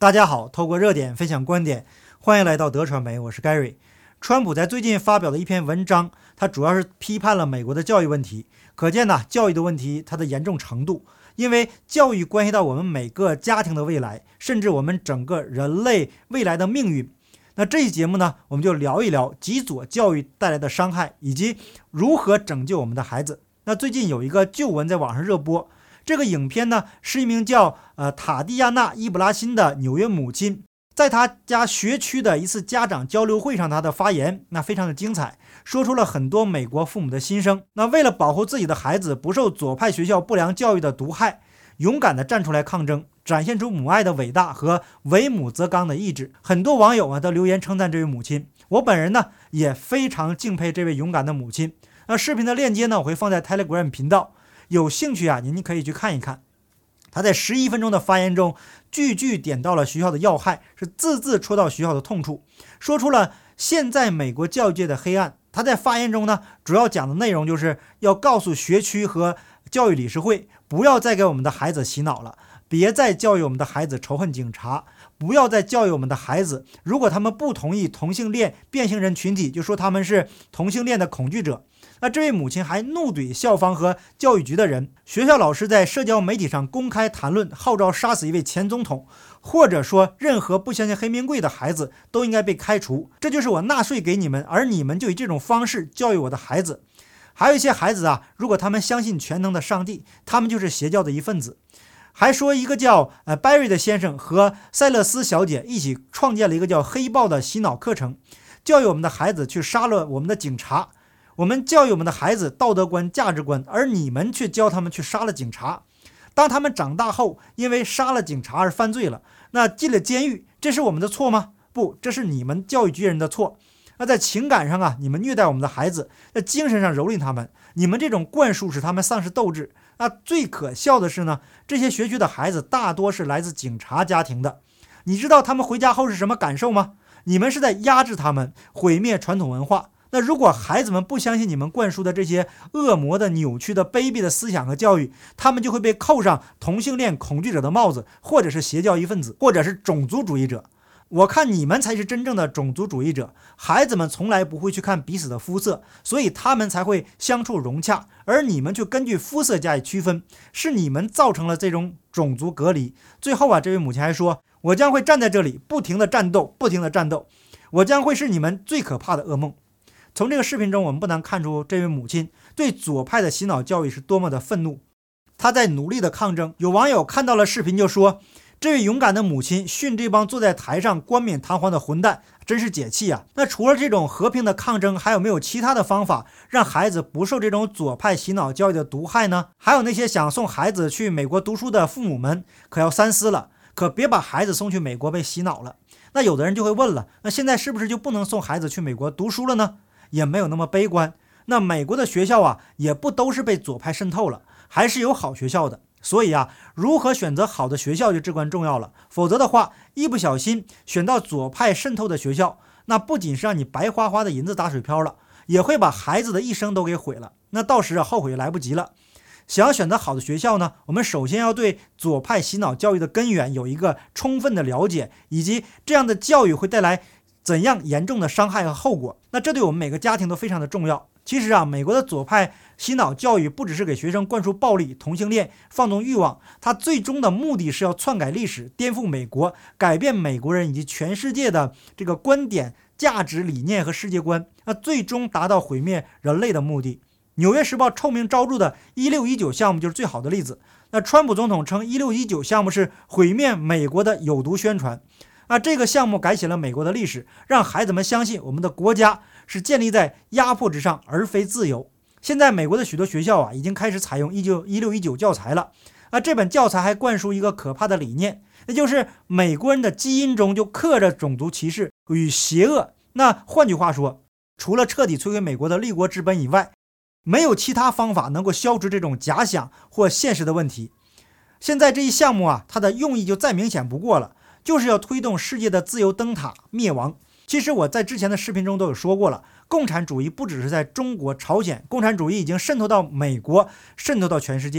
大家好，透过热点分享观点，欢迎来到德传媒，我是 Gary。川普在最近发表的一篇文章，他主要是批判了美国的教育问题。可见呢，教育的问题它的严重程度，因为教育关系到我们每个家庭的未来，甚至我们整个人类未来的命运。那这期节目呢，我们就聊一聊极左教育带来的伤害，以及如何拯救我们的孩子。那最近有一个旧闻在网上热播，这个影片呢是一名叫塔蒂亚娜·伊布拉辛的纽约母亲，在她家学区的一次家长交流会上，她的发言那非常的精彩，说出了很多美国父母的心声。那为了保护自己的孩子不受左派学校不良教育的毒害，勇敢地站出来抗争，展现出母爱的伟大和为母则刚的意志。很多网友都留言称赞这位母亲，我本人呢也非常敬佩这位勇敢的母亲。那视频的链接呢，我会放在 Telegram 频道，有兴趣您可以去看一看。他在11分钟的发言中，句句点到了学校的要害，是字字戳到学校的痛处，说出了现在美国教育界的黑暗。他在发言中呢，主要讲的内容就是要告诉学区和教育理事会，不要再给我们的孩子洗脑了，别再教育我们的孩子仇恨警察，不要再教育我们的孩子，如果他们不同意同性恋变性人群体，就说他们是同性恋的恐惧者。那这位母亲还怒怼校方和教育局的人，学校老师在社交媒体上公开谈论，号召杀死一位前总统，或者说任何不相信黑名贵的孩子都应该被开除，这就是我纳税给你们，而你们就以这种方式教育我的孩子。还有一些孩子如果他们相信全能的上帝，他们就是邪教的一份子。还说一个叫Barry 的先生和塞勒斯小姐一起创建了一个叫黑豹的洗脑课程，教育我们的孩子去杀了我们的警察。我们教育我们的孩子道德观、价值观，而你们却教他们去杀了警察。当他们长大后，因为杀了警察而犯罪了，那进了监狱，这是我们的错吗？不，这是你们教育局人的错。那在情感上你们虐待我们的孩子，在精神上蹂躏他们，你们这种灌输使他们丧失斗志。那最可笑的是呢，这些学区的孩子大多是来自警察家庭的。你知道他们回家后是什么感受吗？你们是在压制他们，毁灭传统文化。那如果孩子们不相信你们灌输的这些恶魔的、扭曲的、卑鄙的思想和教育，他们就会被扣上同性恋恐惧者的帽子，或者是邪教一份子，或者是种族主义者。我看你们才是真正的种族主义者。孩子们从来不会去看彼此的肤色，所以他们才会相处融洽，而你们却根据肤色加以区分，是你们造成了这种种族隔离。最后这位母亲还说，我将会站在这里不停地战斗，不停地战斗，我将会是你们最可怕的噩梦。从这个视频中，我们不难看出这位母亲对左派的洗脑教育是多么的愤怒，她在努力的抗争。有网友看到了视频就说，这位勇敢的母亲训这帮坐在台上冠冕堂皇的混蛋，真是解气啊！那除了这种和平的抗争，还有没有其他的方法让孩子不受这种左派洗脑教育的毒害呢？还有那些想送孩子去美国读书的父母们，可要三思了，可别把孩子送去美国被洗脑了。那有的人就会问了，那现在是不是就不能送孩子去美国读书了呢？也没有那么悲观。那美国的学校也不都是被左派渗透了，还是有好学校的。所以如何选择好的学校就至关重要了。否则的话，一不小心选到左派渗透的学校，那不仅是让你白花花的银子打水漂了，也会把孩子的一生都给毁了。那到时后悔来不及了。想要选择好的学校呢，我们首先要对左派洗脑教育的根源有一个充分的了解，以及这样的教育会带来怎样严重的伤害和后果。那这对我们每个家庭都非常的重要。其实美国的左派洗脑教育不只是给学生灌输暴力、同性恋、放纵欲望，它最终的目的是要篡改历史，颠覆美国，改变美国人以及全世界的这个观点、价值理念和世界观，那最终达到毁灭人类的目的。纽约时报臭名昭著的1619项目就是最好的例子。那川普总统称1619项目是毁灭美国的有毒宣传。这个项目改写了美国的历史，让孩子们相信我们的国家是建立在压迫之上，而非自由。现在美国的许多学校已经开始采用1619教材了。这本教材还灌输一个可怕的理念，那就是美国人的基因中就刻着种族歧视与邪恶。那换句话说，除了彻底摧毁美国的立国之本以外，没有其他方法能够消除这种假想或现实的问题。现在这一项目它的用意就再明显不过了，就是要推动世界的自由灯塔灭亡。其实我在之前的视频中都有说过了，共产主义不只是在中国、朝鲜，共产主义已经渗透到美国，渗透到全世界。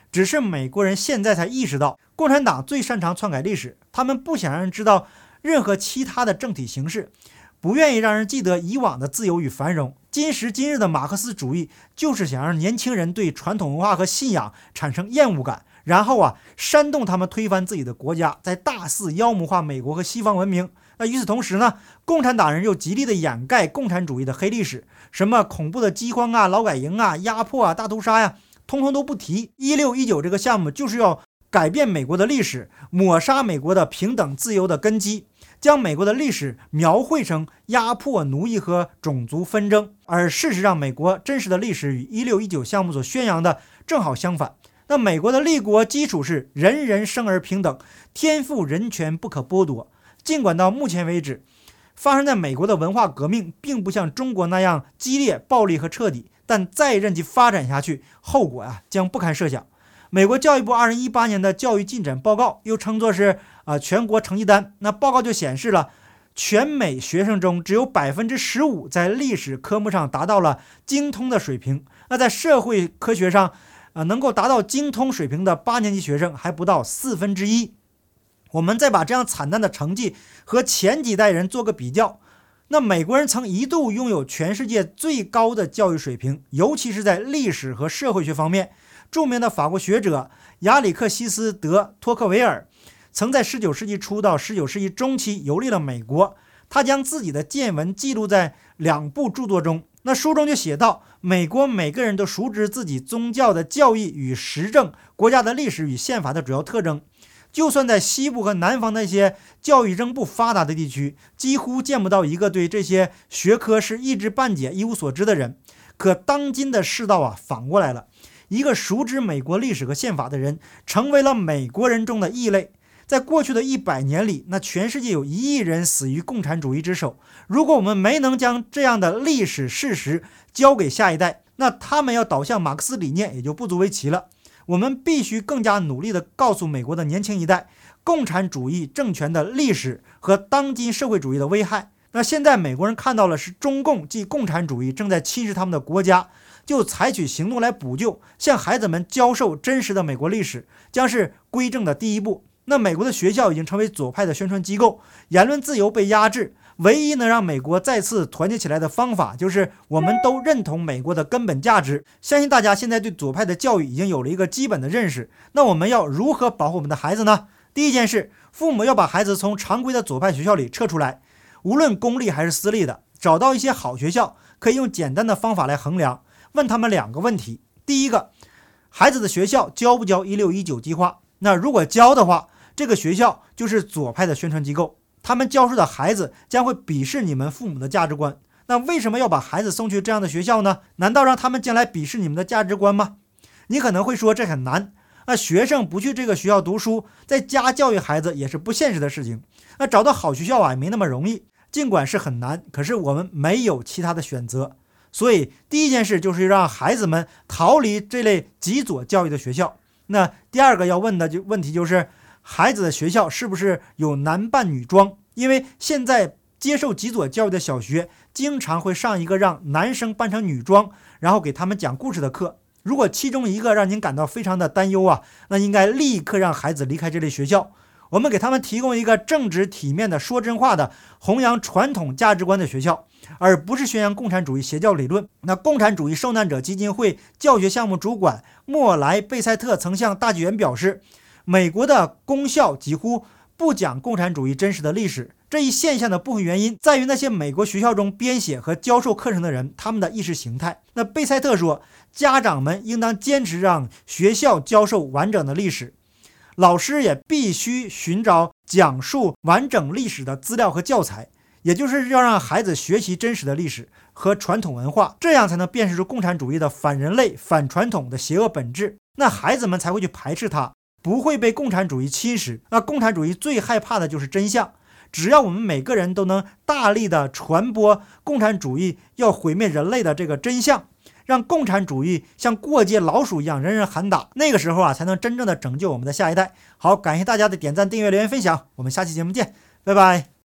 只是美国人现在才意识到，共产党最擅长篡改历史，他们不想让人知道任何其他的政体形式，不愿意让人记得以往的自由与繁荣。今时今日的马克思主义就是想让年轻人对传统文化和信仰产生厌恶感，然后煽动他们推翻自己的国家，在大肆妖魔化美国和西方文明。那与此同时呢，共产党人又极力的掩盖共产主义的黑历史，什么恐怖的饥荒劳改营压迫大屠杀通通都不提。1619这个项目就是要改变美国的历史，抹杀美国的平等自由的根基，将美国的历史描绘成压迫、奴役和种族纷争。而事实上，美国真实的历史与1619项目所宣扬的正好相反。那美国的立国基础是人人生而平等，天赋人权不可剥夺。尽管到目前为止，发生在美国的文化革命并不像中国那样激烈、暴力和彻底，但再任其发展下去，后果将不堪设想。美国教育部2018年的教育进展报告又称作是全国成绩单。那报告就显示了，全美学生中只有15%在历史科目上达到了精通的水平。那在社会科学上，能够达到精通水平的8年级学生还不到1/4。我们再把这样惨淡的成绩和前几代人做个比较，那美国人曾一度拥有全世界最高的教育水平，尤其是在历史和社会学方面。著名的法国学者亚里克西斯·德·托克维尔曾在19世纪初到19世纪中期游历了美国，他将自己的见闻记录在2部著作中。那书中就写到，美国每个人都熟知自己宗教的教义与实政、国家的历史与宪法的主要特征。就算在西部和南方那些教育仍不发达的地区，几乎见不到一个对这些学科是一知半解、一无所知的人。可当今的世道反过来了，一个熟知美国历史和宪法的人成为了美国人中的异类。在过去的100年里，那全世界有1亿人死于共产主义之手。如果我们没能将这样的历史事实交给下一代，那他们要导向马克思理念也就不足为奇了。我们必须更加努力地告诉美国的年轻一代，共产主义政权的历史和当今社会主义的危害。那现在美国人看到了是中共即共产主义正在侵蚀他们的国家，就采取行动来补救，向孩子们教授真实的美国历史，将是归正的第一步。那美国的学校已经成为左派的宣传机构，言论自由被压制，唯一能让美国再次团结起来的方法，就是我们都认同美国的根本价值。相信大家现在对左派的教育已经有了一个基本的认识。那我们要如何保护我们的孩子呢？第一件事，父母要把孩子从常规的左派学校里撤出来，无论公立还是私立的，找到一些好学校，可以用简单的方法来衡量，问他们2个问题。第一个，孩子的学校教不教1619计划？那如果教的话，这个学校就是左派的宣传机构，他们教出的孩子将会鄙视你们父母的价值观。那为什么要把孩子送去这样的学校呢？难道让他们将来鄙视你们的价值观吗？你可能会说这很难，那学生不去这个学校读书，在家教育孩子也是不现实的事情。那找到好学校也没那么容易，尽管是很难，可是我们没有其他的选择。所以第一件事就是让孩子们逃离这类极左教育的学校。那第2个要问的问题就是，孩子的学校是不是有男扮女装？因为现在接受极左教育的小学经常会上一个让男生扮成女装，然后给他们讲故事的课。如果其中一个让您感到非常的担忧那应该立刻让孩子离开这类学校。我们给他们提供一个正直体面的、说真话的、弘扬传统价值观的学校，而不是宣扬共产主义邪教理论。那共产主义受难者基金会教学项目主管莫莱·贝塞特曾向大纪元表示，美国的公校几乎不讲共产主义真实的历史。这一现象的部分原因在于那些美国学校中编写和教授课程的人，他们的意识形态。那贝塞特说，家长们应当坚持让学校教授完整的历史，老师也必须寻找讲述完整历史的资料和教材，也就是要让孩子学习真实的历史和传统文化，这样才能辨识出共产主义的反人类、反传统的邪恶本质。那孩子们才会去排斥它，不会被共产主义侵蚀。那共产主义最害怕的就是真相。只要我们每个人都能大力的传播共产主义要毁灭人类的这个真相，让共产主义像过街老鼠一样人人喊打，那个时候才能真正的拯救我们的下一代。好，感谢大家的点赞、订阅、留言、分享，我们下期节目见，拜拜。